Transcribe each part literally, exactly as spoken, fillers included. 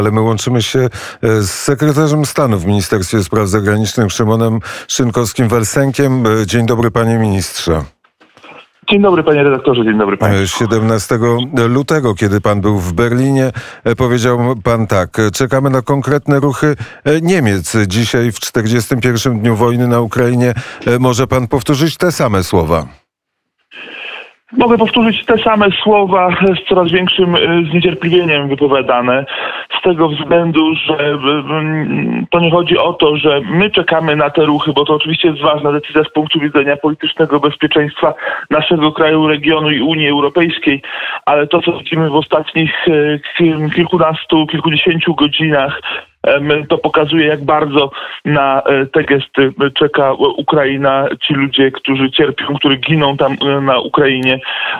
Ale my łączymy się z sekretarzem stanu w Ministerstwie Spraw Zagranicznych Szymonem Szynkowskim-Welsenkiem. Dzień dobry, panie ministrze. Dzień dobry, panie redaktorze, dzień dobry państwu. siedemnastego lutego, kiedy pan był w Berlinie, powiedział pan tak: czekamy na konkretne ruchy Niemiec. Dzisiaj w czterdziestym pierwszym dniu wojny na Ukrainie może pan powtórzyć te same słowa? Mogę powtórzyć te same słowa z coraz większym zniecierpliwieniem wypowiadane, z tego względu, że to nie chodzi o to, że my czekamy na te ruchy, bo to oczywiście jest ważna decyzja z punktu widzenia politycznego bezpieczeństwa naszego kraju, regionu i Unii Europejskiej, ale to, co widzimy w ostatnich kilkunastu, kilkudziesięciu godzinach, to pokazuje, jak bardzo na te gesty czeka Ukraina, ci ludzie, którzy cierpią, którzy giną tam na Ukrainie.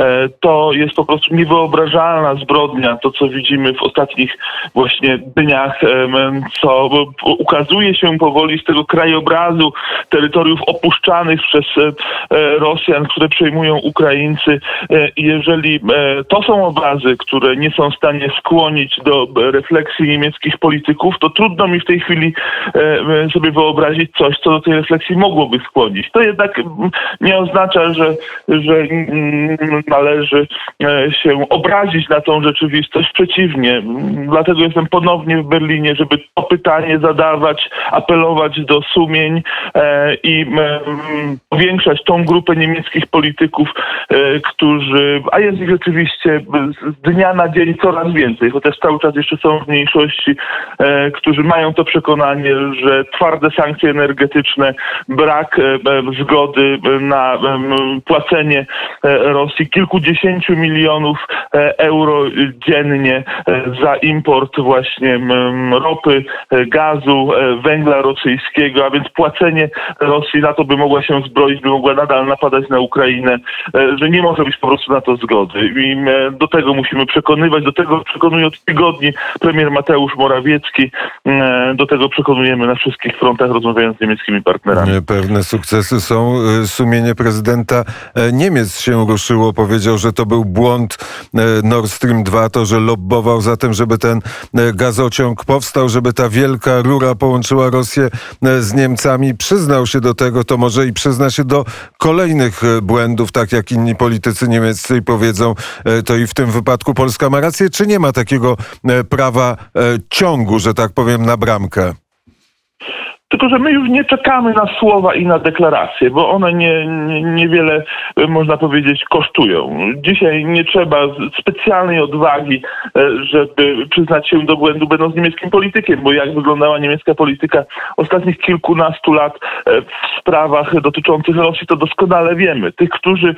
To jest po prostu niewyobrażalna zbrodnia, to co widzimy w ostatnich właśnie dniach, co ukazuje się powoli z tego krajobrazu terytoriów opuszczanych przez Rosjan, które przejmują Ukraińcy. Jeżeli to są obrazy, które nie są w stanie skłonić do refleksji niemieckich polityków, to to trudno mi w tej chwili e, sobie wyobrazić coś, co do tej refleksji mogłoby skłonić. To jednak nie oznacza, że, że mm, należy e, się obrazić na tą rzeczywistość. Przeciwnie. Dlatego jestem ponownie w Berlinie, żeby to pytanie zadawać, apelować do sumień e, i e, powiększać tą grupę niemieckich polityków, e, którzy, a jest ich rzeczywiście z dnia na dzień coraz więcej, chociaż cały czas jeszcze są w mniejszości, e, którzy mają to przekonanie, że twarde sankcje energetyczne, brak e, zgody na e, płacenie e, Rosji kilkudziesięciu milionów e, euro dziennie e, za import właśnie m, ropy, e, gazu, e, węgla rosyjskiego, a więc płacenie Rosji na to, by mogła się zbroić, by mogła nadal napadać na Ukrainę, e, że nie może być po prostu na to zgody. I e, do tego musimy przekonywać, do tego przekonuje od tygodni premier Mateusz Morawiecki. Do tego przekonujemy na wszystkich frontach, rozmawiając z niemieckimi partnerami. Pewne sukcesy są. Sumienie prezydenta Niemiec się ruszyło. Powiedział, że to był błąd Nord Stream dwa, to, że lobbował za tym, żeby ten gazociąg powstał, żeby ta wielka rura połączyła Rosję z Niemcami. Przyznał się do tego, to może i przyzna się do kolejnych błędów, tak jak inni politycy niemieccy, i powiedzą, to i w tym wypadku Polska ma rację, czy nie ma takiego prawa ciągu, że tak powiem, na bramkę? Tylko że my już nie czekamy na słowa i na deklaracje, bo one nie, nie, niewiele, można powiedzieć, kosztują. Dzisiaj nie trzeba specjalnej odwagi, żeby przyznać się do błędu, będąc niemieckim politykiem, bo jak wyglądała niemiecka polityka ostatnich kilkunastu lat w sprawach dotyczących Rosji, to doskonale wiemy. Tych, którzy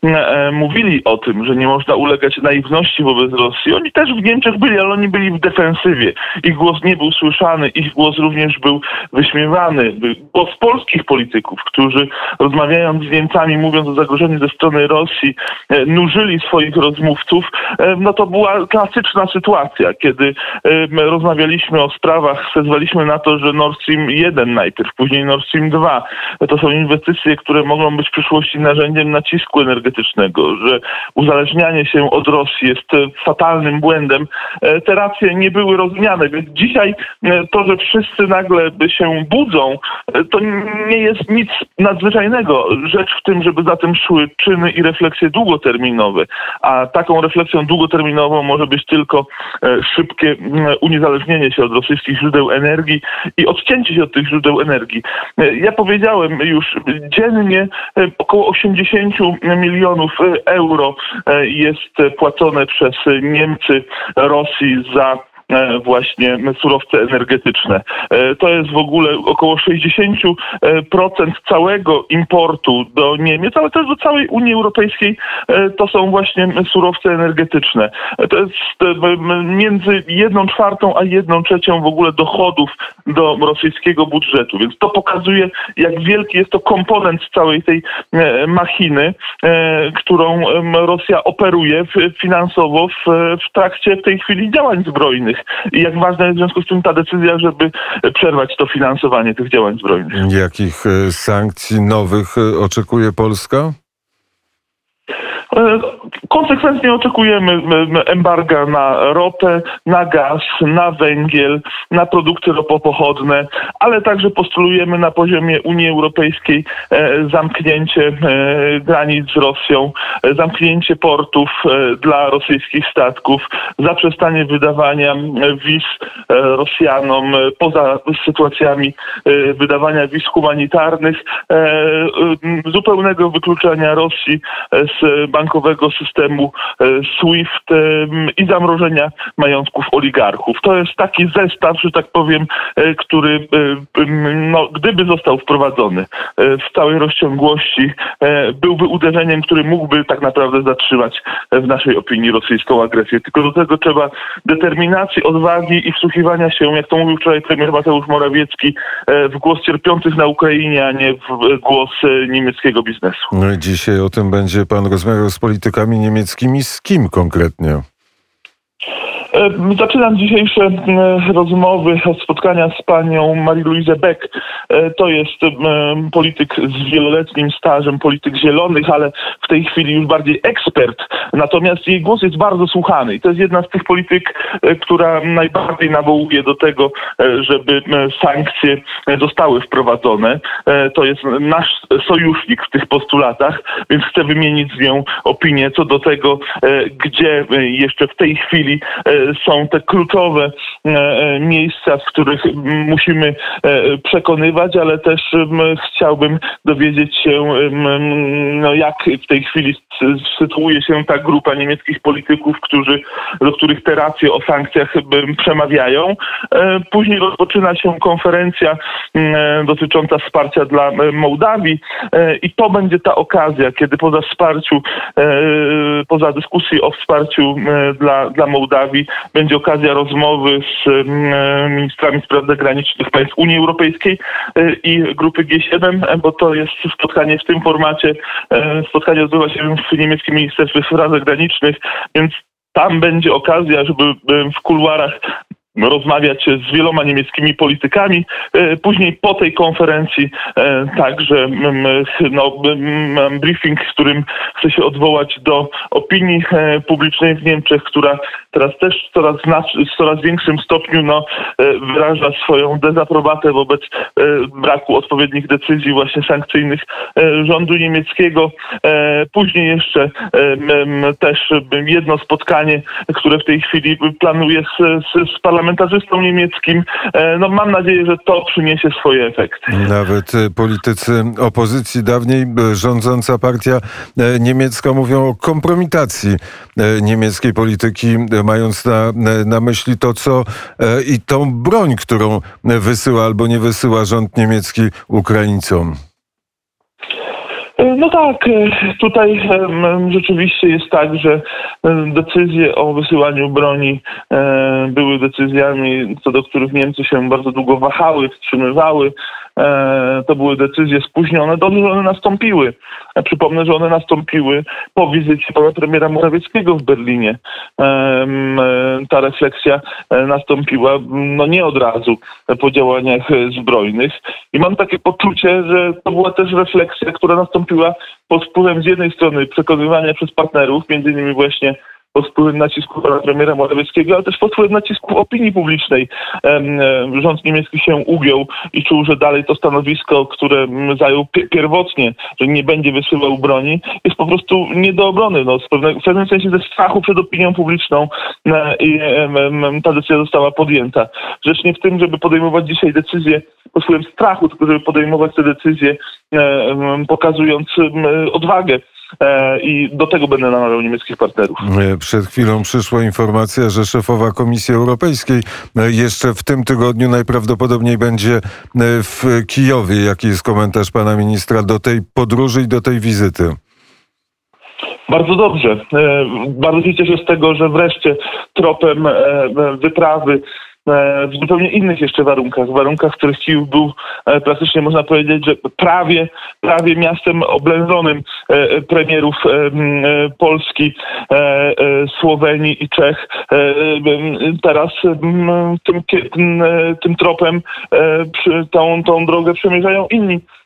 mówili o tym, że nie można ulegać naiwności wobec Rosji, oni też w Niemczech byli, ale oni byli w defensywie. Ich głos nie był słyszany, ich głos również był wyśmiewany. Głos polskich polityków, którzy rozmawiając z Niemcami, mówiąc o zagrożeniu ze strony Rosji, nużyli swoich rozmówców, no to była klasyczna sytuacja, kiedy rozmawialiśmy o sprawach, wskazywaliśmy na to, że Nord Stream jeden najpierw, później Nord Stream dwa, to są inwestycje, które mogą być w przyszłości narzędziem nacisku energetycznego, że uzależnianie się od Rosji jest fatalnym błędem. Te racje nie były rozumiane, więc dzisiaj to, że wszyscy nagle się budzą, to nie jest nic nadzwyczajnego. Rzecz w tym, żeby za tym szły czyny i refleksje długoterminowe. A taką refleksją długoterminową może być tylko szybkie uniezależnienie się od rosyjskich źródeł energii i odcięcie się od tych źródeł energii. Ja powiedziałem już, dziennie około osiemdziesiąt milionów euro jest płacone przez Niemcy Rosji za właśnie surowce energetyczne. To jest w ogóle około sześćdziesiąt procent całego importu do Niemiec, ale też do całej Unii Europejskiej to są właśnie surowce energetyczne. To jest między jedną czwartą a jedną trzecią w ogóle dochodów do rosyjskiego budżetu, więc to pokazuje, jak wielki jest to komponent całej tej machiny, którą Rosja operuje finansowo w, w trakcie w tej chwili działań zbrojnych. I jak ważna jest w związku z tym ta decyzja, żeby przerwać to finansowanie tych działań zbrojnych. Jakich sankcji nowych oczekuje Polska? Konsekwentnie oczekujemy embarga na ropę, na gaz, na węgiel, na produkty ropopochodne, ale także postulujemy na poziomie Unii Europejskiej zamknięcie granic z Rosją, zamknięcie portów dla rosyjskich statków, zaprzestanie wydawania wiz Rosjanom poza sytuacjami wydawania wiz humanitarnych, zupełnego wykluczenia Rosji z bankowego systemu SWIFT i zamrożenia majątków oligarchów. To jest taki zestaw, że tak powiem, który no, gdyby został wprowadzony w całej rozciągłości, byłby uderzeniem, który mógłby tak naprawdę zatrzymać w naszej opinii rosyjską agresję. Tylko do tego trzeba determinacji, odwagi i wsłuchiwania się, jak to mówił wczoraj premier Mateusz Morawiecki, w głos cierpiących na Ukrainie, a nie w głos niemieckiego biznesu. No i dzisiaj o tym będzie pan rozmawiał z politykami niemieckimi. Z kim konkretnie? Zaczynam dzisiejsze rozmowy, spotkania z panią Marie-Louise Beck. To jest polityk z wieloletnim stażem, polityk zielonych, ale w tej chwili już bardziej ekspert. Natomiast jej głos jest bardzo słuchany i to jest jedna z tych polityk, która najbardziej nawołuje do tego, żeby sankcje zostały wprowadzone. To jest nasz sojusznik w tych postulatach, więc chcę wymienić z nią opinię co do tego, gdzie jeszcze w tej chwili są te kluczowe miejsca, w których musimy przekonywać, ale też chciałbym dowiedzieć się, no jak w tej chwili sytuuje się ta grupa niemieckich polityków, którzy, do których te racje o sankcjach przemawiają. Później rozpoczyna się konferencja dotycząca wsparcia dla Mołdawii i to będzie ta okazja, kiedy poza wsparciu, poza dyskusji o wsparciu dla, dla Mołdawii będzie okazja rozmowy z ministrami spraw zagranicznych państw Unii Europejskiej i grupy G siedem, bo to jest spotkanie w tym formacie. Spotkanie odbywa się w niemieckim Ministerstwie Spraw Zagranicznych, więc tam będzie okazja, żeby w kuluarach rozmawiać z wieloma niemieckimi politykami. Później po tej konferencji także no, mam briefing, w którym chcę się odwołać do opinii publicznej w Niemczech, która teraz też w coraz, w coraz większym stopniu no, wyraża swoją dezaprobatę wobec braku odpowiednich decyzji właśnie sankcyjnych rządu niemieckiego. Później jeszcze też jedno spotkanie, które w tej chwili planuję z, z, z parlamentarzystą niemieckim. No mam nadzieję, że to przyniesie swoje efekty. Nawet politycy opozycji, dawniej rządząca partia niemiecka, mówią o kompromitacji niemieckiej polityki, mając na, na myśli to, co i tą broń, którą wysyła albo nie wysyła rząd niemiecki Ukraińcom. No tak, tutaj rzeczywiście jest tak, że decyzje o wysyłaniu broni były decyzjami, co do których Niemcy się bardzo długo wahały, wstrzymywały. To były decyzje spóźnione. Dobrze, że one nastąpiły. Przypomnę, że one nastąpiły po wizycie pana premiera Morawieckiego w Berlinie. Ta refleksja nastąpiła no nie od razu po działaniach zbrojnych. I mam takie poczucie, że to była też refleksja, która nastąpiła pod wpływem z jednej strony przekonywania przez partnerów, między innymi właśnie pod wpływem nacisku pana premiera Morawieckiego, ale też pod wpływem nacisku opinii publicznej. Rząd niemiecki się ugiął i czuł, że dalej to stanowisko, które zajął pierwotnie, że nie będzie wysyłał broni, jest po prostu nie do obrony. No, w pewnym sensie ze strachu przed opinią publiczną i ta decyzja została podjęta. Rzecz nie w tym, żeby podejmować dzisiaj decyzje pod wpływem strachu, tylko żeby podejmować te decyzje pokazując odwagę. I do tego będę namawiał niemieckich partnerów. Przed chwilą przyszła informacja, że szefowa Komisji Europejskiej jeszcze w tym tygodniu najprawdopodobniej będzie w Kijowie. Jaki jest komentarz pana ministra do tej podróży i do tej wizyty? Bardzo dobrze. Bardzo się cieszę z tego, że wreszcie tropem wyprawy w zupełnie innych jeszcze warunkach, w warunkach, w których Kijów był praktycznie, można powiedzieć, że prawie, prawie miastem oblężonym premierów Polski, Słowenii i Czech. Teraz tym, tym tropem tą, tą drogę przemierzają inni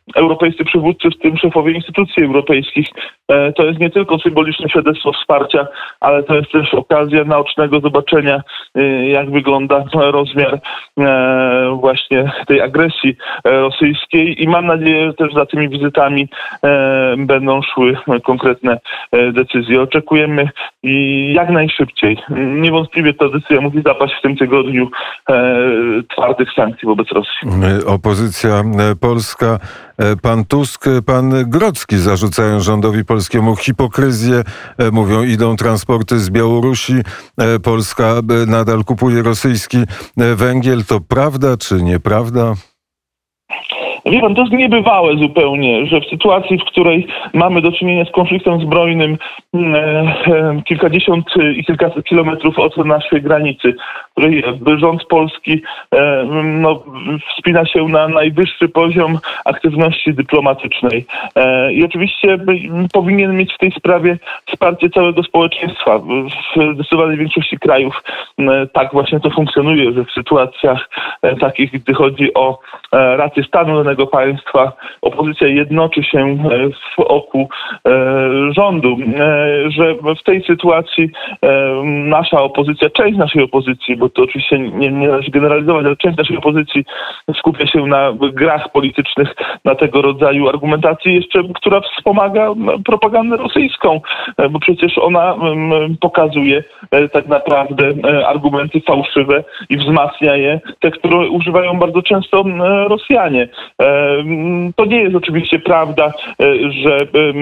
europejscy przywódcy, w tym szefowie instytucji europejskich. To jest nie tylko symboliczne świadectwo wsparcia, ale to jest też okazja naocznego zobaczenia, jak wygląda rozmiar właśnie tej agresji rosyjskiej i mam nadzieję, że też za tymi wizytami będą szły konkretne decyzje. Oczekujemy i jak najszybciej. Niewątpliwie ta decyzja musi zapaść w tym tygodniu twardych sankcji wobec Rosji. Opozycja polska, pan Tusk, pan Grodzki zarzucają rządowi polskiemu hipokryzję. Mówią, idą transporty z Białorusi, Polska nadal kupuje rosyjski węgiel. To prawda czy nieprawda? Wie pan, to jest niebywałe zupełnie, że w sytuacji, w której mamy do czynienia z konfliktem zbrojnym e, e, kilkadziesiąt i kilkaset kilometrów od naszej granicy, w której rząd polski e, no, wspina się na najwyższy poziom aktywności dyplomatycznej. E, I oczywiście powinien mieć w tej sprawie wsparcie całego społeczeństwa. W zdecydowanej większości krajów e, tak właśnie to funkcjonuje, że w sytuacjach e, takich, gdy chodzi o e, rację stanu danego państwa, opozycja jednoczy się w oku e, rządu, e, że w tej sytuacji e, nasza opozycja, część naszej opozycji, bo to oczywiście nie, nie należy generalizować, ale część naszej opozycji skupia się na grach politycznych, na tego rodzaju argumentacji jeszcze, która wspomaga propagandę rosyjską, e, bo przecież ona m, pokazuje e, tak naprawdę e, argumenty fałszywe i wzmacnia je, te, które używają bardzo często e, Rosjanie. To nie jest oczywiście prawda, że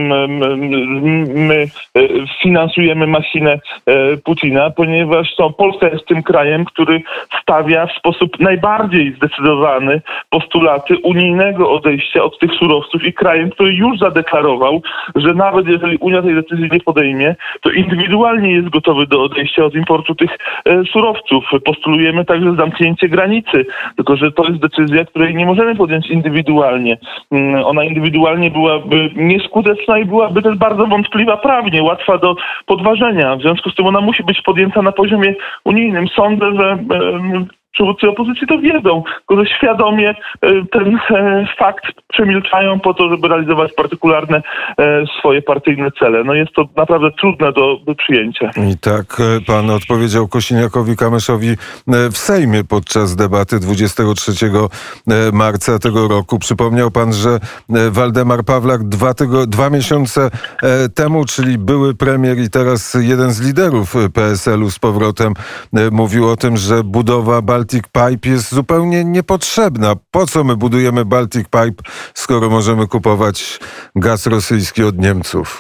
my finansujemy machinę Putina, ponieważ to Polska jest tym krajem, który stawia w sposób najbardziej zdecydowany postulaty unijnego odejścia od tych surowców i krajem, który już zadeklarował, że nawet jeżeli Unia tej decyzji nie podejmie, to indywidualnie jest gotowy do odejścia od importu tych surowców. Postulujemy także zamknięcie granicy, tylko że to jest decyzja, której nie możemy podjąć indywidualnie. Ona indywidualnie byłaby nieskuteczna i byłaby też bardzo wątpliwa prawnie, łatwa do podważenia. W związku z tym ona musi być podjęta na poziomie unijnym. Sądzę, że przywódcy opozycji to wiedzą, tylko że świadomie ten fakt przemilczają po to, żeby realizować partykularne swoje partyjne cele. No jest to naprawdę trudne do, do przyjęcia. I tak pan odpowiedział Kosiniakowi-Kamyszowi w Sejmie podczas debaty dwudziestego trzeciego marca tego roku. Przypomniał pan, że Waldemar Pawlak dwa, tygo, dwa miesiące temu, czyli były premier i teraz jeden z liderów P S L u z powrotem, mówił o tym, że budowa Baltic Pipe jest zupełnie niepotrzebna. Po co my budujemy Baltic Pipe, skoro możemy kupować gaz rosyjski od Niemców?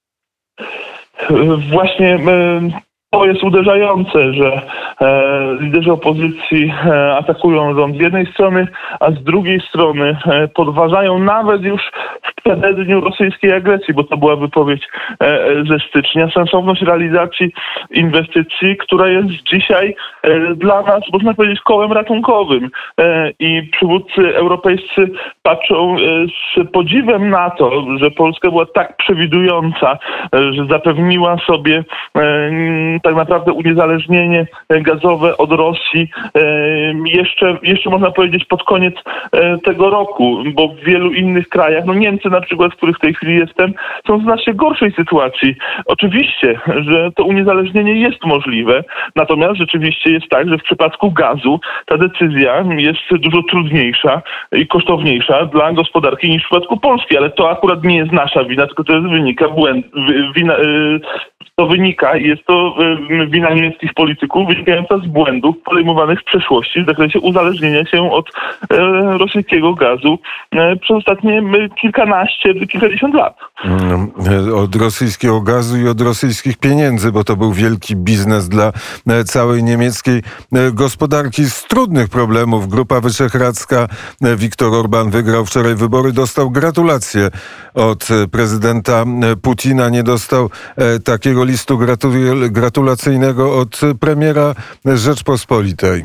Właśnie to jest uderzające, że e, liderzy opozycji e, atakują rząd z jednej strony, a z drugiej strony e, podważają nawet już w przededniu rosyjskiej agresji, bo to była wypowiedź e, ze stycznia, sensowność realizacji inwestycji, która jest dzisiaj e, dla nas, można powiedzieć, kołem ratunkowym. E, I przywódcy europejscy patrzą e, z podziwem na to, że Polska była tak przewidująca, e, że zapewniła sobie e, tak naprawdę uniezależnienie gazowe od Rosji jeszcze, jeszcze można powiedzieć pod koniec tego roku, bo w wielu innych krajach, no Niemcy na przykład, w których w tej chwili jestem, są w znacznie gorszej sytuacji. Oczywiście, że to uniezależnienie jest możliwe, natomiast rzeczywiście jest tak, że w przypadku gazu ta decyzja jest dużo trudniejsza i kosztowniejsza dla gospodarki niż w przypadku Polski, ale to akurat nie jest nasza wina, tylko to jest wynika błęd, wina, to wynika i jest to wina niemieckich polityków wynikająca z błędów podejmowanych w przeszłości w zakresie uzależnienia się od e, rosyjskiego gazu e, przez ostatnie kilkanaście, kilkadziesiąt lat. Od rosyjskiego gazu i od rosyjskich pieniędzy, bo to był wielki biznes dla całej niemieckiej gospodarki. Z trudnych problemów Grupa Wyszehradzka, Viktor Orban wygrał wczoraj wybory, dostał gratulacje od prezydenta Putina, nie dostał takiego listu gratulacyjnego od premiera Rzeczpospolitej.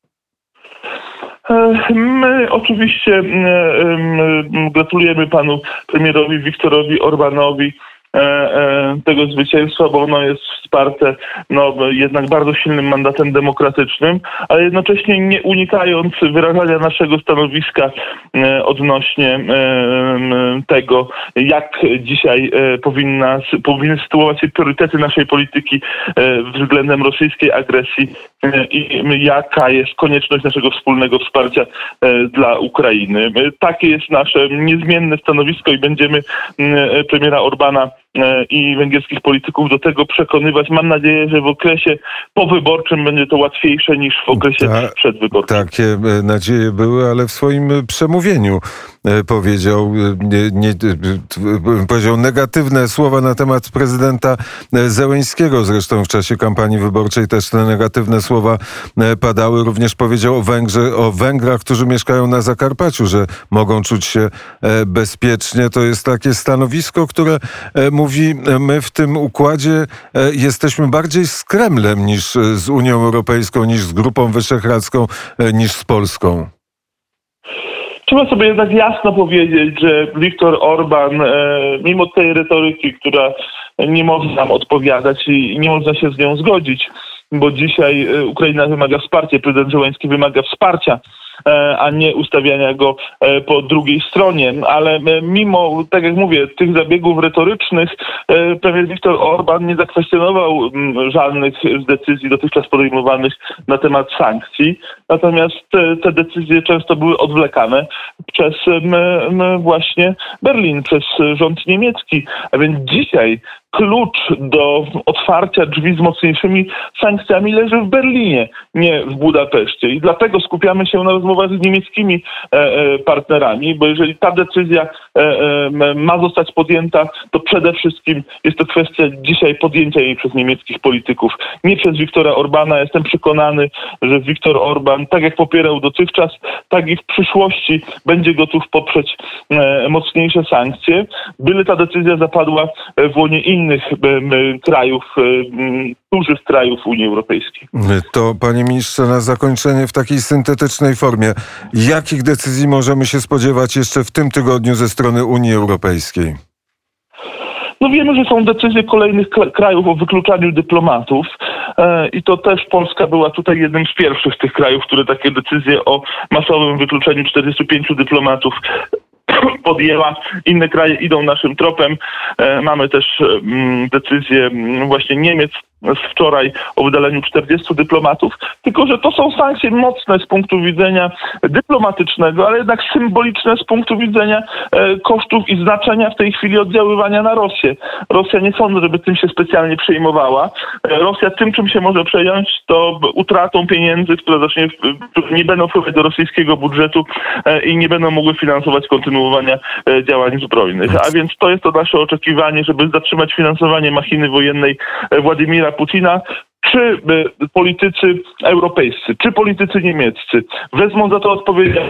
My oczywiście gratulujemy panu premierowi Viktorowi Orbanowi tego zwycięstwa, bo ono jest wsparte no, jednak bardzo silnym mandatem demokratycznym, ale jednocześnie nie unikając wyrażania naszego stanowiska odnośnie tego, jak dzisiaj powinna, powinny sytuować się priorytety naszej polityki względem rosyjskiej agresji i jaka jest konieczność naszego wspólnego wsparcia dla Ukrainy. Takie jest nasze niezmienne stanowisko i będziemy premiera Orbana i węgierskich polityków do tego przekonywać. Mam nadzieję, że w okresie powyborczym będzie to łatwiejsze niż w okresie Ta, przedwyborczym. Takie nadzieje były, ale w swoim przemówieniu powiedział, nie, nie, powiedział negatywne słowa na temat prezydenta Zełenskiego. Zresztą w czasie kampanii wyborczej też te negatywne słowa padały. Również powiedział o, Węgrze, o Węgrach, którzy mieszkają na Zakarpaciu, że mogą czuć się bezpiecznie. To jest takie stanowisko, które mówi, my w tym układzie jesteśmy bardziej z Kremlem niż z Unią Europejską, niż z Grupą Wyszehradzką, niż z Polską. Trzeba sobie jednak jasno powiedzieć, że Viktor Orban, mimo tej retoryki, która nie może nam odpowiadać i nie można się z nią zgodzić, bo dzisiaj Ukraina wymaga wsparcia, prezydent Zełenski wymaga wsparcia, a nie ustawiania go po drugiej stronie. Ale mimo, tak jak mówię, tych zabiegów retorycznych, premier Viktor Orban nie zakwestionował żadnych z decyzji dotychczas podejmowanych na temat sankcji. Natomiast te decyzje często były odwlekane przez właśnie Berlin, przez rząd niemiecki. A więc dzisiaj klucz do otwarcia drzwi z mocniejszymi sankcjami leży w Berlinie, nie w Budapeszcie. I dlatego skupiamy się na rozmowach z niemieckimi partnerami, bo jeżeli ta decyzja ma zostać podjęta, to przede wszystkim jest to kwestia dzisiaj podjęcia jej przez niemieckich polityków, nie przez Viktora Orbana. Jestem przekonany, że Viktor Orban, tak jak popierał dotychczas, tak i w przyszłości będzie gotów poprzeć mocniejsze sankcje, byle ta decyzja zapadła w łonie innych krajów, dużych krajów Unii Europejskiej. To, panie ministrze, na zakończenie w takiej syntetycznej formie, jakich decyzji możemy się spodziewać jeszcze w tym tygodniu ze strony Unii Europejskiej? No wiemy, że są decyzje kolejnych krajów o wykluczaniu dyplomatów e, i to też Polska była tutaj jednym z pierwszych z tych krajów, które takie decyzje o masowym wykluczeniu czterdziestu pięciu dyplomatów podjęła. Inne kraje idą naszym tropem. E, mamy też mm, decyzję mm, właśnie Niemiec z wczoraj o wydaleniu czterdziestu dyplomatów, tylko że to są sankcje mocne z punktu widzenia dyplomatycznego, ale jednak symboliczne z punktu widzenia e, kosztów i znaczenia w tej chwili oddziaływania na Rosję. Rosja nie sądzę, żeby tym się specjalnie przejmowała. E, Rosja tym, czym się może przejąć, to utratą pieniędzy, które zacznie, które nie będą wpływać do rosyjskiego budżetu e, i nie będą mogły finansować kontynuowania e, działań zbrojnych. A więc to jest to nasze oczekiwanie, żeby zatrzymać finansowanie machiny wojennej e, Władimira Putina. Czy politycy europejscy, czy politycy niemieccy wezmą za to odpowiedzialność?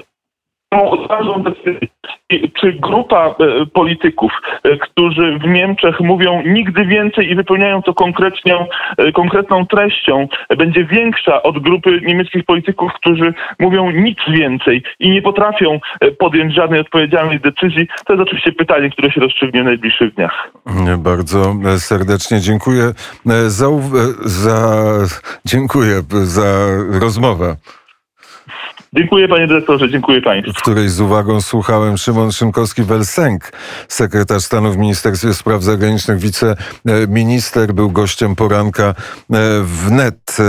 Czy grupa polityków, którzy w Niemczech mówią nigdy więcej i wypełniają to konkretną, konkretną treścią, będzie większa od grupy niemieckich polityków, którzy mówią nic więcej i nie potrafią podjąć żadnej odpowiedzialnej decyzji? To jest oczywiście pytanie, które się rozstrzygnie w najbliższych dniach. Bardzo serdecznie dziękuję za, za, dziękuję za rozmowę. Dziękuję, panie dyrektorze, dziękuję państwu. W której z uwagą słuchałem. Szymon Szynkowski-Welsenk, sekretarz stanu w Ministerstwie Spraw Zagranicznych, wiceminister, był gościem poranka w net.